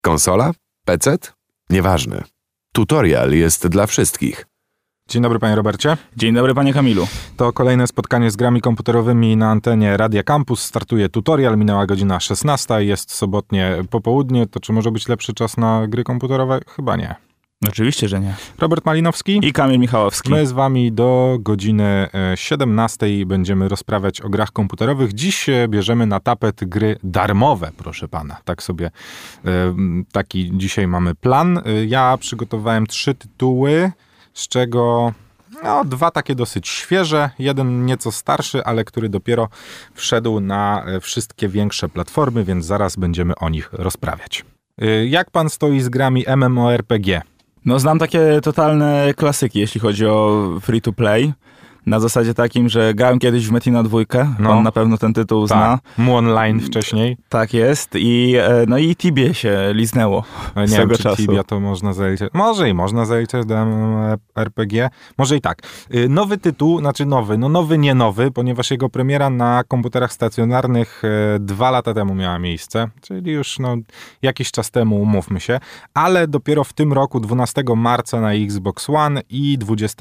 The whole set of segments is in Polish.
Konsola? PC? Nieważne. Tutorial jest dla wszystkich. Dzień dobry, panie Robercie. Dzień dobry, panie Kamilu. To kolejne spotkanie z grami komputerowymi na antenie Radia Campus. Startuje tutorial, minęła godzina 16, jest sobotnie popołudnie. To czy może być lepszy czas na gry komputerowe? Chyba nie. Oczywiście, że nie. Robert Malinowski i Kamil Michałowski. My z wami do godziny 17 będziemy rozprawiać o grach komputerowych. Dziś bierzemy na tapet gry darmowe, proszę pana. Tak sobie, taki dzisiaj mamy plan. Ja przygotowałem 3 tytuły, z czego 2 takie dosyć świeże, jeden nieco starszy, ale który dopiero wszedł na wszystkie większe platformy, więc zaraz będziemy o nich rozprawiać. Jak pan stoi z grami MMORPG? No znam takie totalne klasyki, jeśli chodzi o free to play. Na zasadzie takim, że grałem kiedyś w Metina 2, on na pewno ten tytuł zna. Mu Online wcześniej. Tak jest i Tibie się liznęło nie wiem, czy Tibia to można zaliczyć. Może i można zaliczyć do RPG. Może i tak. Nowy tytuł, znaczy nowy, nie nowy, ponieważ jego premiera na komputerach stacjonarnych 2 lata temu miała miejsce, czyli już jakiś czas temu, umówmy się, ale dopiero w tym roku, 12 marca na Xbox One i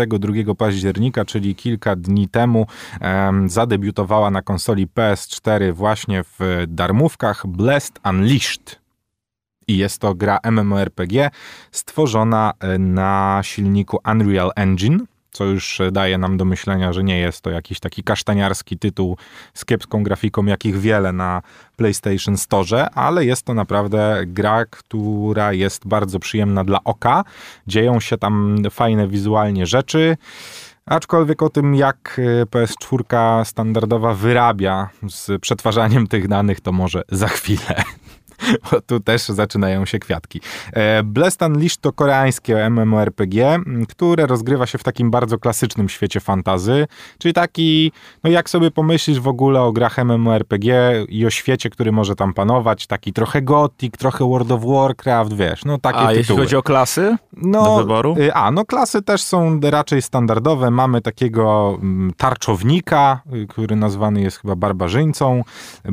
22 października, czyli kilka dni temu zadebiutowała na konsoli PS4 właśnie w darmówkach Blessed Unleashed. I jest to gra MMORPG stworzona na silniku Unreal Engine, co już daje nam do myślenia, że nie jest to jakiś taki kasztaniarski tytuł z kiepską grafiką, jakich wiele na PlayStation Store, ale jest to naprawdę gra, która jest bardzo przyjemna dla oka. Dzieją się tam fajne wizualnie rzeczy. Aczkolwiek o tym, jak PS4 standardowa wyrabia z przetwarzaniem tych danych, to może za chwilę. Bo tu też zaczynają się kwiatki. Blessed Unleashed to koreańskie MMORPG, które rozgrywa się w takim bardzo klasycznym świecie fantasy, czyli taki, jak sobie pomyślisz w ogóle o grach MMORPG i o świecie, który może tam panować, taki trochę Gothic, trochę World of Warcraft, wiesz, takie tytuły. Jeśli chodzi o klasy do wyboru? Klasy też są raczej standardowe. Mamy takiego tarczownika, który nazwany jest chyba barbarzyńcą,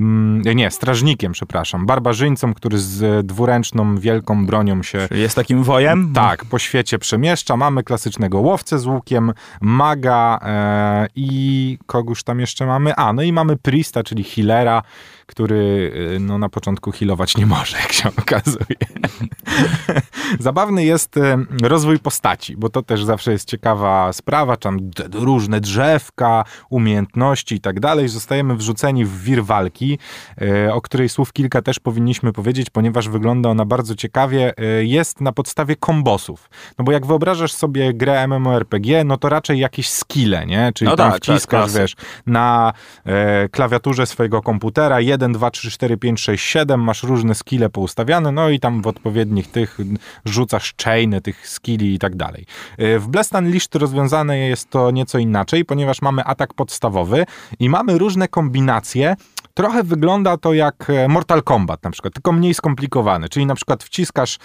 strażnikiem, przepraszam, barbarzyńcą, który z dwuręczną, wielką bronią się... Jest takim wojem? Tak, po świecie przemieszcza. Mamy klasycznego łowcę z łukiem, maga i kogoś tam jeszcze mamy? I mamy priesta, czyli healera, który na początku healować nie może, jak się okazuje. Zabawny jest rozwój postaci, bo to też zawsze jest ciekawa sprawa, tam różne drzewka, umiejętności i tak dalej. Zostajemy wrzuceni w wir walki, o której słów kilka też powinniśmy powiedzieć, ponieważ wygląda ona bardzo ciekawie. Jest na podstawie kombosów. Bo jak wyobrażasz sobie grę MMORPG, to raczej jakieś skille, nie? Czyli tam wciskasz, wiesz, na klawiaturze swojego komputera 1, 2, 3, 4, 5, 6, 7, masz różne skille poustawiane, i tam w odpowiednich tych rzucasz chainy tych skilli i tak dalej. W Blessed Unleashed rozwiązane jest to nieco inaczej, ponieważ mamy atak podstawowy i mamy różne kombinacje. Trochę wygląda to jak Mortal Kombat na przykład, tylko mniej skomplikowane. Czyli na przykład wciskasz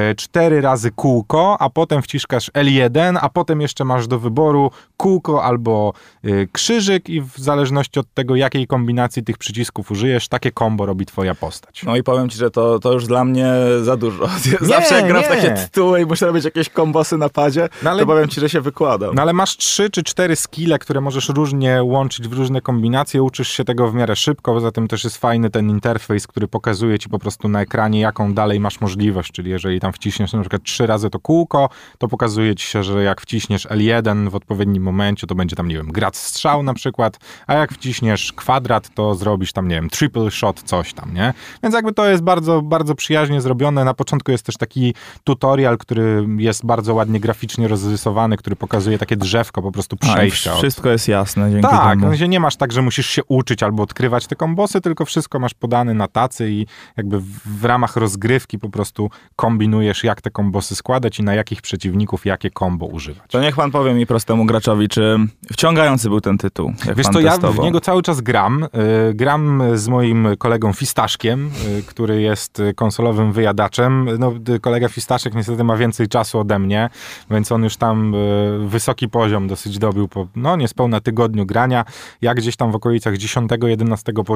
4 razy kółko, a potem wciskasz L1, a potem jeszcze masz do wyboru kółko albo krzyżyk i w zależności od tego, jakiej kombinacji tych przycisków użyjesz, takie combo robi twoja postać. I powiem ci, że to już dla mnie za dużo. Zawsze jak gram w takie tytuły i muszę robić jakieś kombosy na padzie, to powiem ci, że się wykładam. Ale masz 3 czy 4 skille, które możesz różnie łączyć w różne kombinacje, uczysz się tego w miarę szybko. Poza tym też jest fajny ten interfejs, który pokazuje ci po prostu na ekranie, jaką dalej masz możliwość, czyli jeżeli tam wciśniesz na przykład 3 razy to kółko, to pokazuje ci się, że jak wciśniesz L1 w odpowiednim momencie, to będzie tam, grad strzał na przykład, a jak wciśniesz kwadrat, to zrobisz tam, triple shot, coś tam, nie? Więc jakby to jest bardzo, bardzo przyjaźnie zrobione. Na początku jest też taki tutorial, który jest bardzo ładnie graficznie rozrysowany, który pokazuje takie drzewko po prostu przejścia. Wszystko jest jasne dzięki temu. Tak, nie masz tak, że musisz się uczyć albo odkrywać te kombosy, tylko wszystko masz podane na tacy i jakby w ramach rozgrywki po prostu kombinujesz, jak te kombosy składać i na jakich przeciwników jakie kombo używać. To niech pan powie mi prostemu graczowi, czy wciągający był ten tytuł? Wiesz to, ja w niego cały czas gram. Gram z moim kolegą Fistaszkiem, który jest konsolowym wyjadaczem. Kolega Fistaszek niestety ma więcej czasu ode mnie, więc on już tam wysoki poziom dosyć dobił po niespełna tygodniu grania. Ja gdzieś tam w okolicach 10-11 poziomu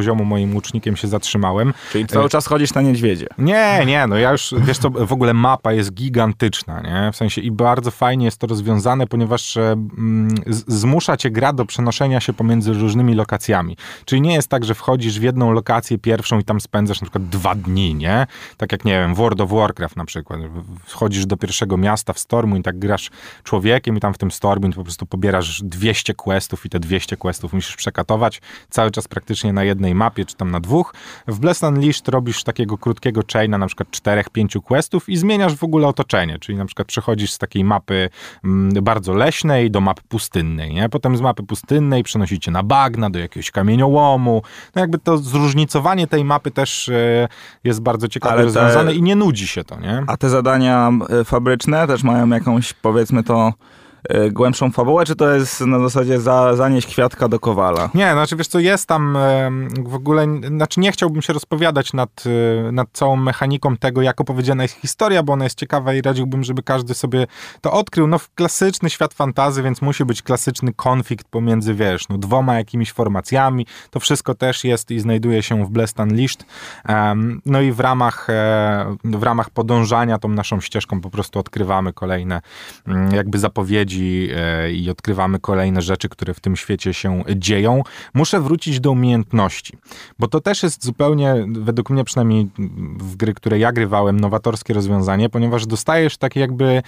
poziomu moim łucznikiem się zatrzymałem. Czyli cały czas chodzisz na niedźwiedzie. Nie, no ja już, wiesz co, w ogóle mapa jest gigantyczna, nie? W sensie i bardzo fajnie jest to rozwiązane, ponieważ zmusza cię gra do przenoszenia się pomiędzy różnymi lokacjami. Czyli nie jest tak, że wchodzisz w jedną lokację pierwszą i tam spędzasz na przykład 2 dni, nie? Tak jak, nie wiem, w World of Warcraft na przykład. Wchodzisz do pierwszego miasta w Stormwind, tak grasz człowiekiem i tam w tym Stormwind po prostu pobierasz 200 questów i te 200 questów musisz przekatować cały czas praktycznie na jednej mapie, czy tam na 2. W Blessed Unleashed robisz takiego krótkiego chaina, na przykład 4-5 questów i zmieniasz w ogóle otoczenie, czyli na przykład przechodzisz z takiej mapy bardzo leśnej do mapy pustynnej, nie? Potem z mapy pustynnej przenosicie na bagna, do jakiegoś kamieniołomu. No jakby to zróżnicowanie tej mapy też jest bardzo ciekawe rozwiązane i nie nudzi się to, nie? A te zadania fabryczne też mają jakąś, powiedzmy to, głębszą fabułę, czy to jest na zasadzie zanieść kwiatka do kowala? Nie, znaczy wiesz co, jest tam w ogóle, znaczy nie chciałbym się rozpowiadać nad całą mechaniką tego, jak opowiedziana jest historia, bo ona jest ciekawa i radziłbym, żeby każdy sobie to odkrył. No klasyczny świat fantasy, więc musi być klasyczny konflikt pomiędzy, wiesz, no 2 jakimiś formacjami. To wszystko też jest i znajduje się w Blessed Unleashed. No i w ramach podążania tą naszą ścieżką po prostu odkrywamy kolejne jakby zapowiedzi i odkrywamy kolejne rzeczy, które w tym świecie się dzieją. Muszę wrócić do umiejętności, bo to też jest zupełnie, według mnie przynajmniej w gry, które ja grywałem, nowatorskie rozwiązanie, ponieważ dostajesz takie jakby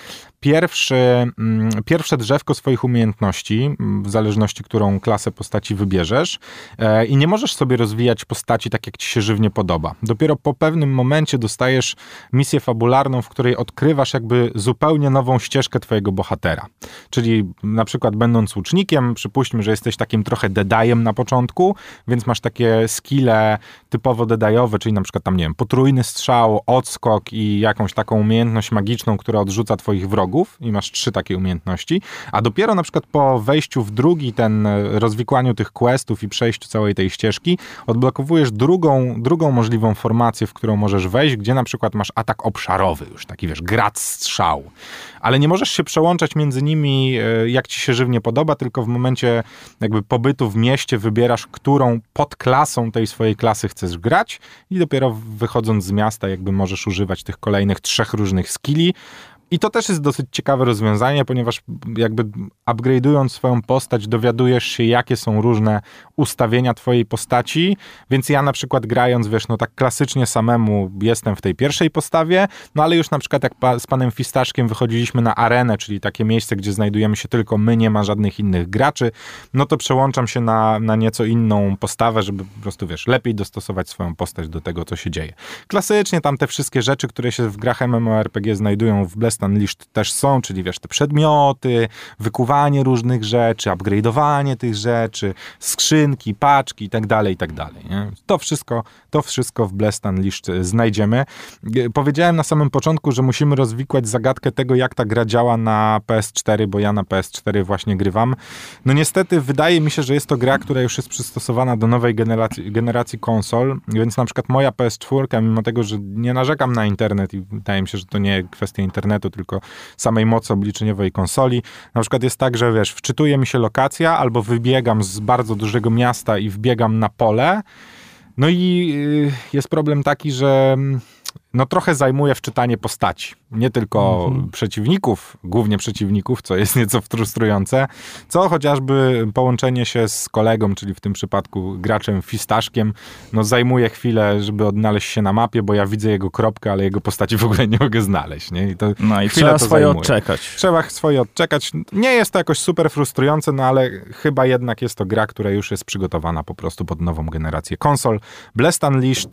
pierwsze drzewko swoich umiejętności, w zależności, którą klasę postaci wybierzesz i nie możesz sobie rozwijać postaci tak, jak ci się żywnie podoba. Dopiero po pewnym momencie dostajesz misję fabularną, w której odkrywasz jakby zupełnie nową ścieżkę twojego bohatera. Czyli na przykład będąc łucznikiem, przypuśćmy, że jesteś takim trochę dedajem na początku, więc masz takie skille typowo dedajowe, czyli na przykład tam, nie wiem, potrójny strzał, odskok i jakąś taką umiejętność magiczną, która odrzuca twoich wrogów i masz 3 takie umiejętności, a dopiero na przykład po wejściu w drugi rozwikłaniu tych questów i przejściu całej tej ścieżki, odblokowujesz drugą możliwą formację, w którą możesz wejść, gdzie na przykład masz atak obszarowy, już taki, wiesz, grad strzał. Ale nie możesz się przełączać między nimi, jak ci się żywnie podoba, tylko w momencie jakby pobytu w mieście wybierasz, którą podklasą tej swojej klasy chcesz grać i dopiero wychodząc z miasta jakby możesz używać tych kolejnych 3 różnych skilli. I to też jest dosyć ciekawe rozwiązanie, ponieważ jakby upgrade'ując swoją postać dowiadujesz się, jakie są różne ustawienia twojej postaci, więc ja na przykład grając, wiesz, no tak klasycznie samemu jestem w tej pierwszej postawie, no ale już na przykład jak z panem Fistaszkiem wychodziliśmy na arenę, czyli takie miejsce, gdzie znajdujemy się tylko my, nie ma żadnych innych graczy, no to przełączam się na nieco inną postawę, żeby po prostu, wiesz, lepiej dostosować swoją postać do tego, co się dzieje. Klasycznie tam te wszystkie rzeczy, które się w grach MMORPG znajdują w Blessed Unleashed też są, czyli wiesz, te przedmioty, wykuwanie różnych rzeczy, upgrade'owanie tych rzeczy, skrzynki, paczki i tak dalej, nie? To wszystko w Blessed Unleashed znajdziemy. Powiedziałem na samym początku, że musimy rozwikłać zagadkę tego, jak ta gra działa na PS4, bo ja na PS4 właśnie grywam. No niestety wydaje mi się, że jest to gra, która już jest przystosowana do nowej generacji konsol, więc na przykład moja PS4, mimo tego, że nie narzekam na internet i wydaje mi się, że to nie kwestia internetu, tylko samej mocy obliczeniowej konsoli. Na przykład jest tak, że wiesz, wczytuje mi się lokacja, albo wybiegam z bardzo dużego miasta i wbiegam na pole. No i jest problem taki, że no trochę zajmuje wczytanie postaci. Nie tylko przeciwników, głównie przeciwników, co jest nieco frustrujące, co chociażby połączenie się z kolegą, czyli w tym przypadku graczem Fistaszkiem, no zajmuje chwilę, żeby odnaleźć się na mapie, bo ja widzę jego kropkę, ale jego postaci w ogóle nie mogę znaleźć. Nie? I trzeba swoje odczekać. Trzeba swoje odczekać. Nie jest to jakoś super frustrujące, no ale chyba jednak jest to gra, która już jest przygotowana po prostu pod nową generację konsol. Blessed Unleashed,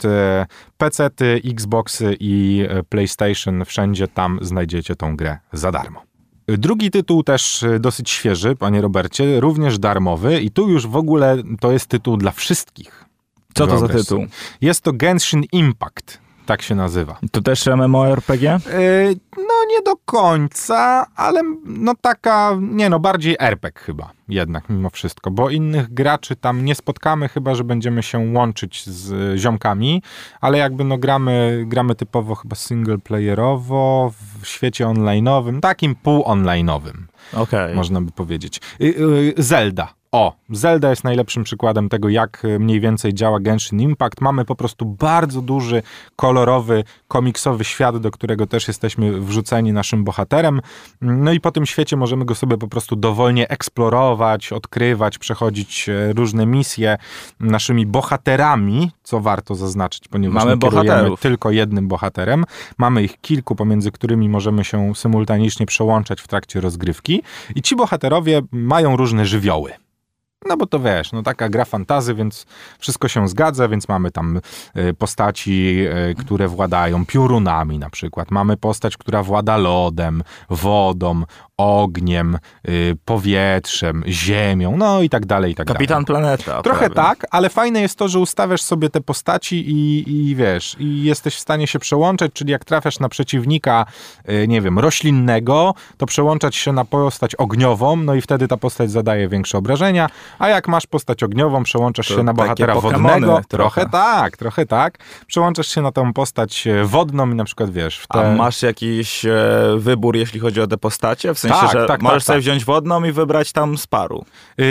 PC-ty, Xboxy i PlayStation, wszędzie tam znajdziecie tą grę za darmo. Drugi tytuł też dosyć świeży, panie Robercie, również darmowy i tu już w ogóle to jest tytuł dla wszystkich. Co to za tytuł? Jest to Genshin Impact. Tak się nazywa. To też MMORPG? No nie do końca, ale no taka, bardziej RPG chyba jednak mimo wszystko, bo innych graczy tam nie spotkamy, chyba że będziemy się łączyć z ziomkami, ale jakby no gramy typowo chyba singleplayerowo w świecie online'owym, takim półonline'owym. Okay. Można by powiedzieć. Zelda. Zelda jest najlepszym przykładem tego, jak mniej więcej działa Genshin Impact. Mamy po prostu bardzo duży, kolorowy, komiksowy świat, do którego też jesteśmy wrzuceni naszym bohaterem. No i po tym świecie możemy go sobie po prostu dowolnie eksplorować, odkrywać, przechodzić różne misje naszymi bohaterami, co warto zaznaczyć, ponieważ mamy kierujemy tylko jednym bohaterem. Mamy ich kilku, pomiędzy którymi możemy się symultanicznie przełączać w trakcie rozgrywki i ci bohaterowie mają różne żywioły. No bo to wiesz, taka gra fantasy, więc wszystko się zgadza, więc mamy tam postaci, które władają piorunami na przykład. Mamy postać, która włada lodem, wodą, ogniem, powietrzem, ziemią, no i tak dalej, i tak dalej. Kapitan Planeta. Trochę tak, ale fajne jest to, że ustawiasz sobie te postaci i wiesz, i jesteś w stanie się przełączać, czyli jak trafiasz na przeciwnika, nie wiem, roślinnego, to przełączać się na postać ogniową, no i wtedy ta postać zadaje większe obrażenia, a jak masz postać ogniową, przełączasz się na bohatera wodnego. Trochę tak. Przełączasz się na tą postać wodną i na przykład wiesz... A masz jakiś wybór, jeśli chodzi o te postacie? W sensie, że możesz sobie wziąć wodną i wybrać tam z paru.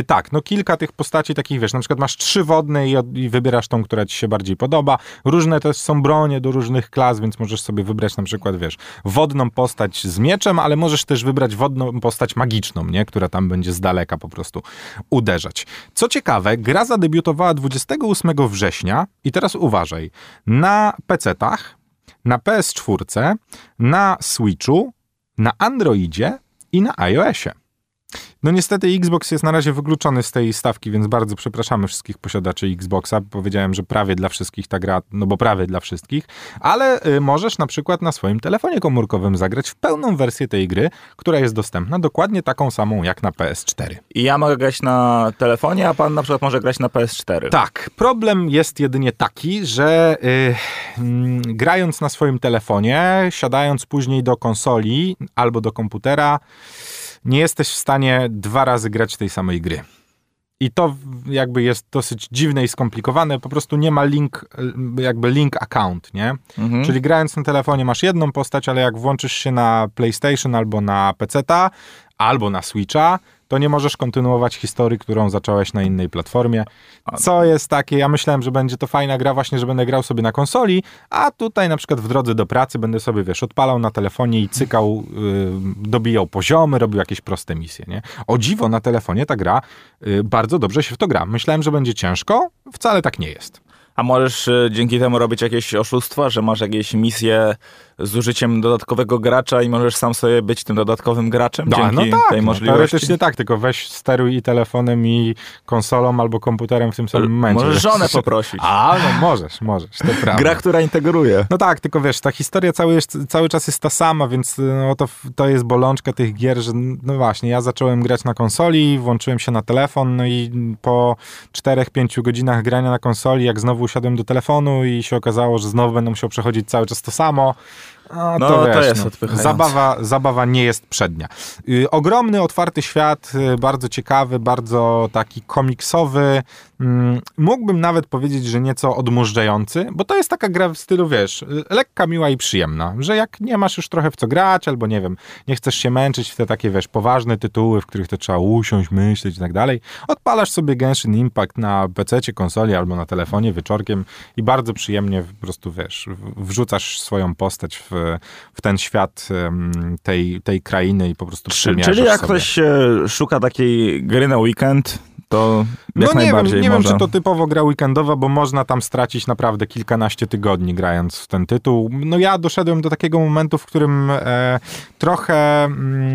Kilka tych postaci takich, wiesz, na przykład masz 3 wodne i wybierasz tą, która ci się bardziej podoba. Różne też są bronie do różnych klas, więc możesz sobie wybrać na przykład, wiesz, wodną postać z mieczem, ale możesz też wybrać wodną postać magiczną, nie? Która tam będzie z daleka po prostu uderzać. Co ciekawe, gra zadebiutowała 28 września i teraz uważaj, na PC-tach, na PS4, na Switchu, na Androidzie i na iOSie. No niestety Xbox jest na razie wykluczony z tej stawki, więc bardzo przepraszamy wszystkich posiadaczy Xboxa. Powiedziałem, że prawie dla wszystkich ta gra, no bo prawie dla wszystkich, ale możesz na przykład na swoim telefonie komórkowym zagrać w pełną wersję tej gry, która jest dostępna, dokładnie taką samą jak na PS4. I ja mogę grać na telefonie, a pan na przykład może grać na PS4. Tak, problem jest jedynie taki, że grając na swoim telefonie, siadając później do konsoli albo do komputera, nie jesteś w stanie 2 razy grać tej samej gry. I to jakby jest dosyć dziwne i skomplikowane. Po prostu nie ma link account, nie? Mhm. Czyli grając na telefonie masz jedną postać, ale jak włączysz się na PlayStation albo na PC-ta, albo na Switcha, to nie możesz kontynuować historii, którą zacząłeś na innej platformie. Co jest takie, ja myślałem, że będzie to fajna gra właśnie, że będę grał sobie na konsoli, a tutaj na przykład w drodze do pracy będę sobie, wiesz, odpalał na telefonie i cykał, dobijał poziomy, robił jakieś proste misje, nie? O dziwo, na telefonie ta gra bardzo dobrze się w to gra. Myślałem, że będzie ciężko, wcale tak nie jest. A możesz dzięki temu robić jakieś oszustwa, że masz jakieś misje z użyciem dodatkowego gracza i możesz sam sobie być tym dodatkowym graczem dzięki tej możliwości? Teoretycznie tak, tylko weź steruj i telefonem i konsolą albo komputerem w tym samym momencie. Możesz żonę poprosić. Możesz, to prawda. Gra, która integruje. No tak, tylko wiesz, ta historia cały czas jest ta sama, więc no, to jest bolączka tych gier, że no właśnie, ja zacząłem grać na konsoli, włączyłem się na telefon, no i po 4-5 godzinach grania na konsoli, jak znowu usiadłem do telefonu i się okazało, że znowu będę musiał przechodzić cały czas to samo. To jest odpychające. Zabawa nie jest przednia. Ogromny, otwarty świat, bardzo ciekawy, bardzo taki komiksowy. Mógłbym nawet powiedzieć, że nieco odmurzający, bo to jest taka gra w stylu, wiesz, lekka, miła i przyjemna, że jak nie masz już trochę w co grać, albo nie wiem, nie chcesz się męczyć w te takie, wiesz, poważne tytuły, w których to trzeba usiąść, myśleć i tak dalej, odpalasz sobie Genshin Impact na PC-cie, konsoli albo na telefonie wieczorkiem i bardzo przyjemnie po prostu, wiesz, wrzucasz swoją postać w ten świat tej krainy i po prostu przemierzasz Czyli jak sobie. ktoś szuka takiej gry na weekend, to jak najbardziej nie wiem, czy to typowo gra weekendowa, bo można tam stracić naprawdę kilkanaście tygodni grając w ten tytuł. No ja doszedłem do takiego momentu, w którym trochę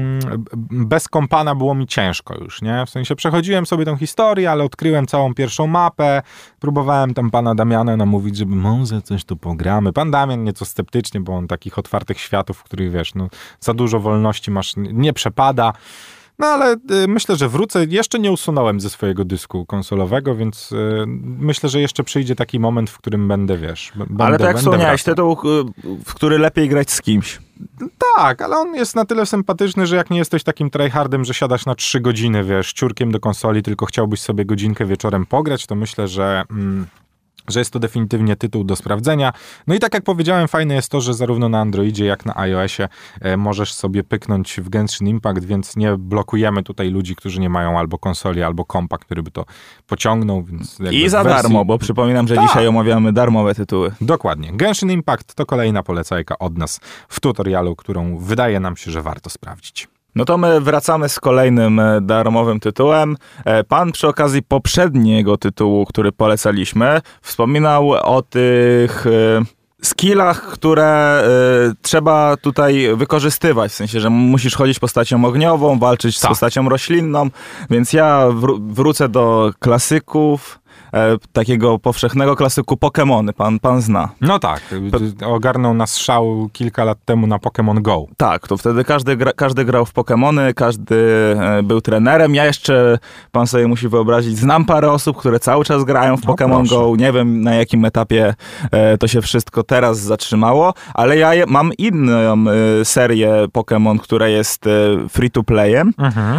bez kompana było mi ciężko już, nie? W sensie przechodziłem sobie tą historię, ale odkryłem całą pierwszą mapę, próbowałem tam pana Damiana namówić, żeby może coś tu pogramy. Pan Damian nieco sceptycznie, bo on takich otwartych światów, w których wiesz, no za dużo wolności masz, nie przepada. No ale myślę, że wrócę. Jeszcze nie usunąłem ze swojego dysku konsolowego, więc myślę, że jeszcze przyjdzie taki moment, w którym będę, wiesz... Ale tak jak wspomniałeś, tytuł, w który lepiej grać z kimś. Tak, ale on jest na tyle sympatyczny, że jak nie jesteś takim tryhardem, że siadasz na 3 godziny, wiesz, ciurkiem do konsoli, tylko chciałbyś sobie godzinkę wieczorem pograć, to myślę, że że jest to definitywnie tytuł do sprawdzenia. No i tak jak powiedziałem, fajne jest to, że zarówno na Androidzie, jak na iOSie możesz sobie pyknąć w Genshin Impact, więc nie blokujemy tutaj ludzi, którzy nie mają albo konsoli, albo kompa, który by to pociągnął. Więc i za darmo, bo przypominam, że dzisiaj omawiamy darmowe tytuły. Dokładnie. Genshin Impact to kolejna polecajka od nas w tutorialu, którą wydaje nam się, że warto sprawdzić. No to my wracamy z kolejnym darmowym tytułem. Pan przy okazji poprzedniego tytułu, który polecaliśmy, wspominał o tych skillach, które trzeba tutaj wykorzystywać. W sensie, że musisz chodzić postacią ogniową, walczyć z postacią roślinną, więc ja wrócę do klasyków. Takiego powszechnego klasyku Pokemony, pan zna. No tak, ogarnął nas szał kilka lat temu na Pokémon Go. Tak, to wtedy każdy grał w Pokemony, każdy był trenerem. Ja jeszcze, pan sobie musi wyobrazić, znam parę osób, które cały czas grają w Pokémon Go. Nie wiem, na jakim etapie to się wszystko teraz zatrzymało, ale ja mam inną serię Pokémon, która jest free to playem,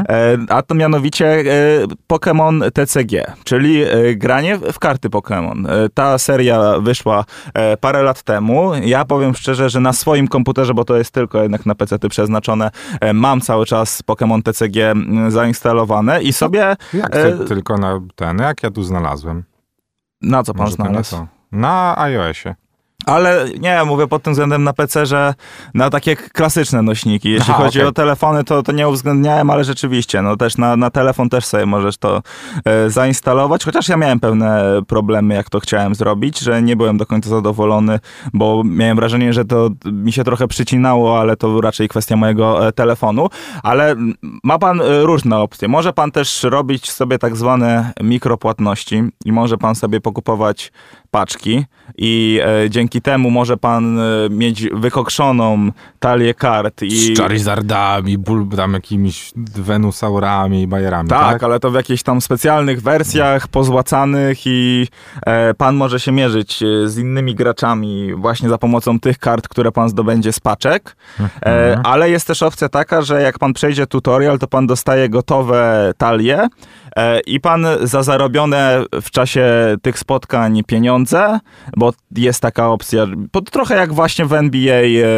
a to mianowicie Pokémon TCG, czyli granie w karty Pokémon. Ta seria wyszła parę lat temu. Ja powiem szczerze, że na swoim komputerze, bo to jest tylko jednak na PC-ty przeznaczone, mam cały czas Pokémon TCG zainstalowane i sobie... Tylko na ten, jak ja tu znalazłem. Na co pan znalazł? Na iOSie. Ale nie, mówię pod tym względem na PC, że na takie klasyczne nośniki. Jeśli chodzi o telefony, to nie uwzględniałem, ale rzeczywiście, no też na telefon też sobie możesz to zainstalować, chociaż ja miałem pewne problemy, jak to chciałem zrobić, że nie byłem do końca zadowolony, bo miałem wrażenie, że to mi się trochę przycinało, ale to raczej kwestia mojego telefonu, ale ma pan różne opcje. Może pan też robić sobie tak zwane mikropłatności i może pan sobie pokupować paczki i dzięki temu może pan mieć wykokszoną talię kart. Z Charizardami, tam jakimiś Venusaurami i bajerami, tak? Ale to w jakichś tam specjalnych wersjach pozłacanych i pan może się mierzyć z innymi graczami właśnie za pomocą tych kart, które pan zdobędzie z paczek. Ale jest też opcja taka, że jak pan przejdzie tutorial, to pan dostaje gotowe talie i pan za zarobione w czasie tych spotkań pieniądze, bo jest taka opcja, trochę jak właśnie w NBA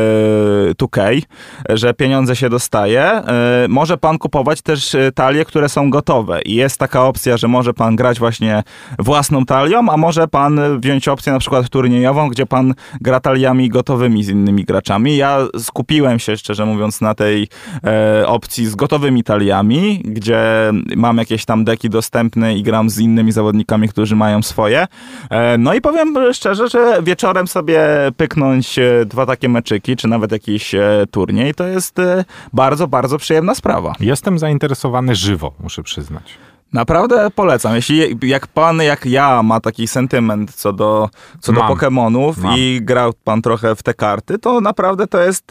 2K, że pieniądze się dostaje, może pan kupować też talie, które są gotowe i jest taka opcja, że może pan grać właśnie własną talią, a może pan wziąć opcję na przykład turniejową, gdzie pan gra taliami gotowymi z innymi graczami. Ja skupiłem się, szczerze mówiąc, na tej opcji z gotowymi taliami, gdzie mam jakieś tam deki dostępne i gram z innymi zawodnikami, którzy mają swoje. No i powiem szczerze, że wieczorem sobie pyknąć 2 takie meczyki, czy nawet jakiś turniej, to jest bardzo, bardzo przyjemna sprawa. Jestem zainteresowany żywo, muszę przyznać. Naprawdę polecam. Jeśli jak pan, jak ja, ma taki sentyment co do Pokemonów i grał pan trochę w te karty, to naprawdę to jest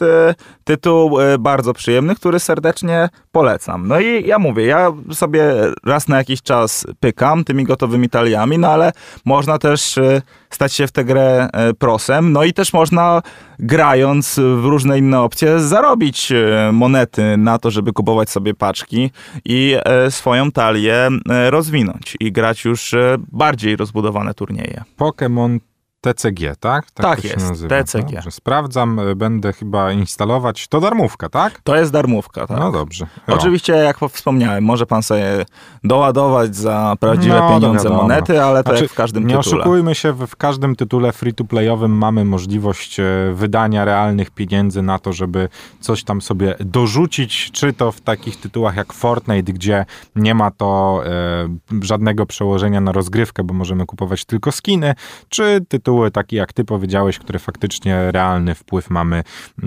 tytuł bardzo przyjemny, który serdecznie polecam. No i ja mówię, ja sobie raz na jakiś czas pykam tymi gotowymi taliami, no ale można też stać się w tę grę prosem, no i też można grając w różne inne opcje zarobić monety na to, żeby kupować sobie paczki i swoją talię rozwinąć i grać już bardziej rozbudowane turnieje. Pokémon TCG, tak? Tak jest, nazywa, TCG. Dobrze, sprawdzam, będę chyba instalować. To darmówka, tak? To jest darmówka, tak. No dobrze. Oczywiście, jak wspomniałem, może pan sobie doładować za prawdziwe pieniądze monety, ale to jak w każdym tytule. Nie oszukujmy się, w każdym tytule free-to-playowym mamy możliwość wydania realnych pieniędzy na to, żeby coś tam sobie dorzucić, czy to w takich tytułach jak Fortnite, gdzie nie ma to żadnego przełożenia na rozgrywkę, bo możemy kupować tylko skiny, czy tytuły takie jak ty powiedziałeś, które faktycznie realny wpływ mamy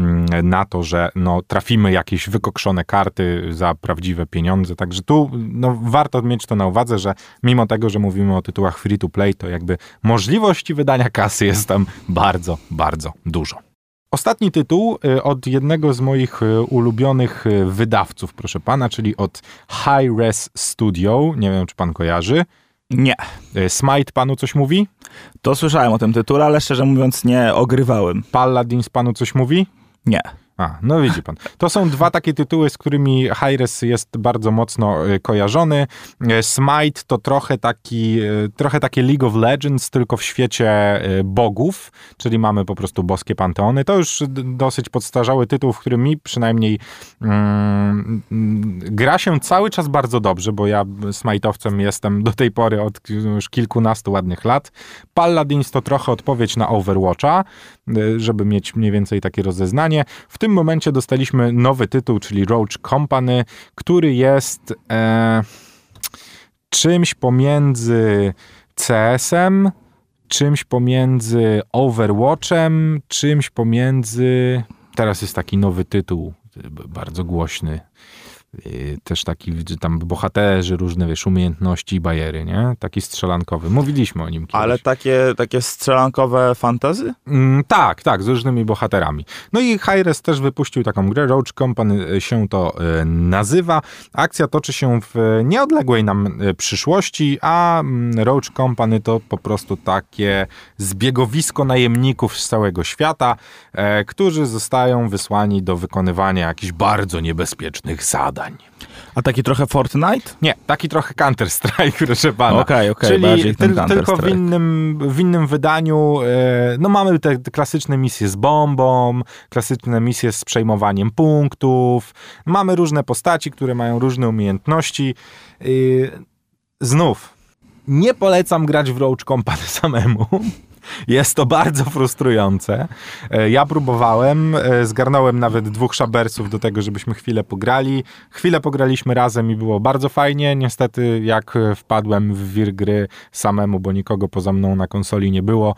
na to, że trafimy jakieś wykokszone karty za prawdziwe pieniądze. Także tu warto mieć to na uwadze, że mimo tego, że mówimy o tytułach free to play, to jakby możliwości wydania kasy jest tam bardzo, bardzo dużo. Ostatni tytuł od jednego z moich ulubionych wydawców, proszę pana, czyli od Hi-Res Studio. Nie wiem, czy pan kojarzy. Nie. Smite panu coś mówi? To słyszałem o tym tytule, ale szczerze mówiąc nie ogrywałem. Paladins panu coś mówi? Nie. No widzi pan. To są dwa takie tytuły, z którymi Hi-Res jest bardzo mocno kojarzony. Smite to trochę takie League of Legends, tylko w świecie bogów, czyli mamy po prostu boskie panteony. To już dosyć podstarzały tytuł, w którym mi przynajmniej gra się cały czas bardzo dobrze, bo ja smite'owcem jestem do tej pory od już kilkunastu ładnych lat. Paladins to trochę odpowiedź na Overwatcha, żeby mieć mniej więcej takie rozeznanie. W tym momencie dostaliśmy nowy tytuł, czyli Roach Company, który jest czymś pomiędzy CS-em, czymś pomiędzy Overwatchem, czymś pomiędzy... Teraz jest taki nowy tytuł, bardzo głośny. Też taki, tam bohaterzy, różne, wiesz, umiejętności i bajery, nie? Taki strzelankowy. Mówiliśmy o nim kiedyś. Ale takie strzelankowe fantasy? Tak, z różnymi bohaterami. No i Hi-Res też wypuścił taką grę, Roach Company się to nazywa. Akcja toczy się w nieodległej nam przyszłości, a Roach Company to po prostu takie zbiegowisko najemników z całego świata, którzy zostają wysłani do wykonywania jakichś bardzo niebezpiecznych zadań. A taki trochę Fortnite? Nie, taki trochę Counter-Strike, proszę pana. Okej, czyli tylko w innym wydaniu. No mamy te klasyczne misje z bombą, klasyczne misje z przejmowaniem punktów. Mamy różne postaci, które mają różne umiejętności. Znów, nie polecam grać w Roach Company samemu. Jest to bardzo frustrujące. Ja próbowałem, zgarnąłem nawet 2 szabersów do tego, żebyśmy chwilę pograli. Chwilę pograliśmy razem i było bardzo fajnie. Niestety jak wpadłem w wir gry samemu, bo nikogo poza mną na konsoli nie było,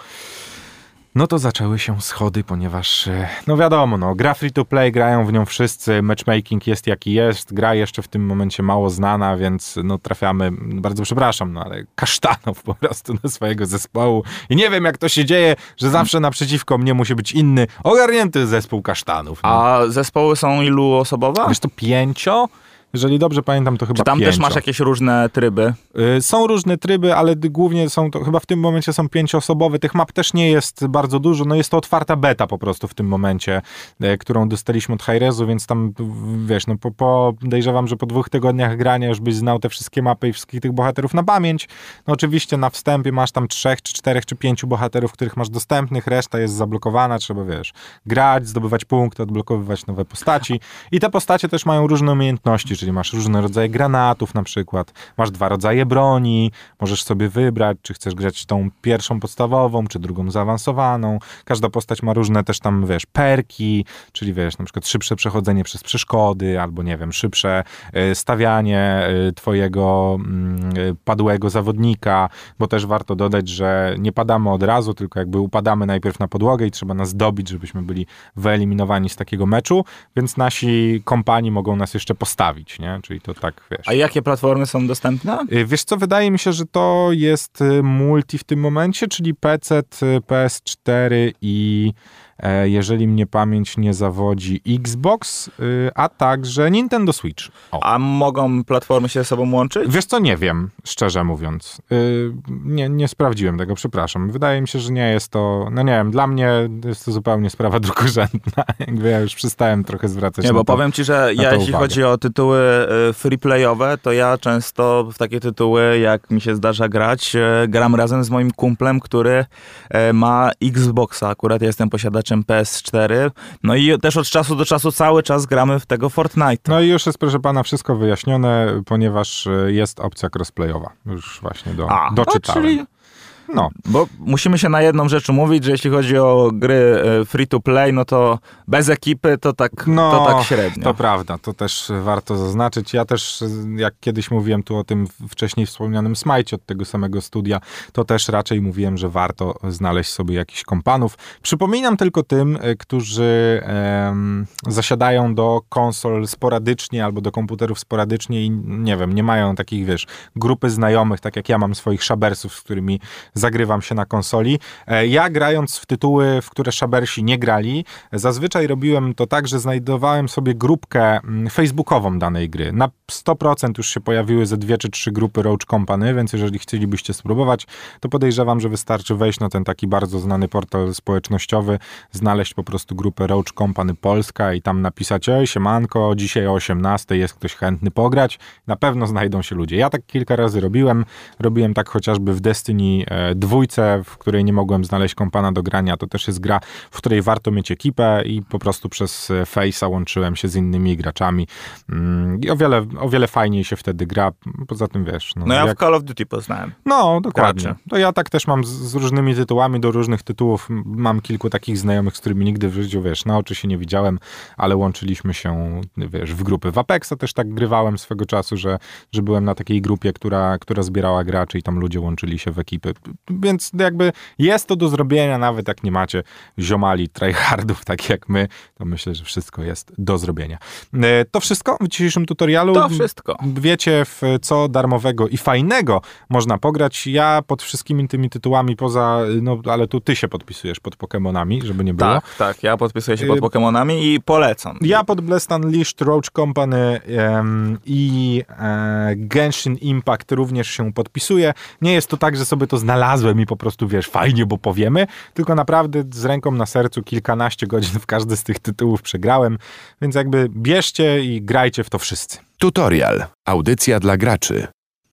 no to zaczęły się schody, ponieważ, no wiadomo, no, gra free to play, grają w nią wszyscy, matchmaking jest jaki jest, gra jeszcze w tym momencie mało znana, więc no trafiamy, bardzo przepraszam, no ale kasztanów po prostu do swojego zespołu i nie wiem jak to się dzieje, że zawsze naprzeciwko mnie musi być inny, ogarnięty zespół kasztanów. No. A zespoły są iluosobowe? Wiesz, to 5? Jeżeli dobrze pamiętam, to chyba 5. Czy tam 5. też masz jakieś różne tryby? Są różne tryby, ale głównie są to, chyba w tym momencie są 5-osobowe. Tych map też nie jest bardzo dużo. No jest to otwarta beta po prostu w tym momencie, którą dostaliśmy od Hi-Resu, więc tam, wiesz, no podejrzewam, że po 2 tygodniach grania już byś znał te wszystkie mapy i wszystkich tych bohaterów na pamięć. No oczywiście na wstępie masz tam 3, czy 4, czy 5 bohaterów, których masz dostępnych, reszta jest zablokowana, trzeba, wiesz, grać, zdobywać punkty, odblokowywać nowe postaci. I te postacie też mają różne umiejętności, czyli masz różne rodzaje granatów na przykład, masz 2 rodzaje broni, możesz sobie wybrać, czy chcesz grać tą pierwszą podstawową, czy drugą zaawansowaną. Każda postać ma różne też tam, wiesz, perki, czyli wiesz, na przykład szybsze przechodzenie przez przeszkody, albo nie wiem, szybsze stawianie twojego padłego zawodnika, bo też warto dodać, że nie padamy od razu, tylko jakby upadamy najpierw na podłogę i trzeba nas dobić, żebyśmy byli wyeliminowani z takiego meczu, więc nasi kompani mogą nas jeszcze postawić, nie? Czyli to tak, wiesz. A jakie platformy są dostępne? Wiesz co, wydaje mi się, że to jest multi w tym momencie, czyli PC, PS4 i jeżeli mnie pamięć nie zawodzi, Xbox, a także Nintendo Switch. O. A mogą platformy się ze sobą łączyć? Wiesz co, nie wiem, szczerze mówiąc. Nie sprawdziłem tego, przepraszam. Wydaje mi się, że nie jest to, no nie wiem, dla mnie jest to zupełnie sprawa drugorzędna. Jakby ja już przestałem trochę zwracać nie, na bo to, powiem ci, że ja jeśli uwagę. chodzi o tytuły freeplayowe, to ja często w takie tytuły, jak mi się zdarza grać, gram razem z moim kumplem, który ma Xboxa. Akurat ja jestem posiadaczem PS4. No i też od czasu do czasu cały czas gramy w tego Fortnite. No i już jest, proszę pana, wszystko wyjaśnione, ponieważ jest opcja crossplayowa. Już właśnie doczytałem. Czyli... No. Bo musimy się na jedną rzecz umówić, że jeśli chodzi o gry free to play, no to bez ekipy to tak średnio. To prawda, to też warto zaznaczyć. Ja też, jak kiedyś mówiłem tu o tym wcześniej wspomnianym Smite od tego samego studia, to też raczej mówiłem, że warto znaleźć sobie jakichś kompanów. Przypominam tylko tym, którzy zasiadają do konsol sporadycznie albo do komputerów sporadycznie i nie wiem, nie mają takich, wiesz, grupy znajomych, tak jak ja mam swoich szabersów, z którymi zagrywam się na konsoli. Ja grając w tytuły, w które szabersi nie grali, zazwyczaj robiłem to tak, że znajdowałem sobie grupkę facebookową danej gry. Na 100% już się pojawiły ze 2 czy 3 grupy Roach Company, więc jeżeli chcielibyście spróbować, to podejrzewam, że wystarczy wejść na ten taki bardzo znany portal społecznościowy, znaleźć po prostu grupę Roach Company Polska i tam napisać: oj, siemanko, dzisiaj o 18 jest ktoś chętny pograć. Na pewno znajdą się ludzie. Ja tak kilka razy robiłem tak chociażby w Destiny 2, w której nie mogłem znaleźć kompana do grania. To też jest gra, w której warto mieć ekipę i po prostu przez Face'a łączyłem się z innymi graczami i o wiele fajniej się wtedy gra. Poza tym wiesz... No ja w Call of Duty poznałem. No, dokładnie. Gracze. To ja tak też mam z różnymi tytułami do różnych tytułów. Mam kilku takich znajomych, z którymi nigdy w życiu, wiesz, na oczy się nie widziałem, ale łączyliśmy się, wiesz, w grupy. W Apexa też tak grywałem swego czasu, że byłem na takiej grupie, która zbierała graczy i tam ludzie łączyli się w ekipy. Więc jakby jest to do zrobienia, nawet jak nie macie ziomali, tryhardów, tak jak my, to myślę, że wszystko jest do zrobienia. To wszystko w dzisiejszym tutorialu. To wszystko. Wiecie, w co darmowego i fajnego można pograć. Ja pod wszystkimi tymi tytułami ale tu ty się podpisujesz pod Pokemonami, żeby nie było. Tak, ja podpisuję się pod Pokemonami i polecam. Ja pod Blessed Unleashed, Roach Company i Genshin Impact również się podpisuję. Nie jest to tak, że sobie to znalazłem i po prostu, wiesz, fajnie, bo powiemy, tylko naprawdę z ręką na sercu kilkanaście godzin w każdy z tych tytułów przegrałem, więc jakby bierzcie i grajcie w to wszyscy. Tutorial. Audycja dla graczy.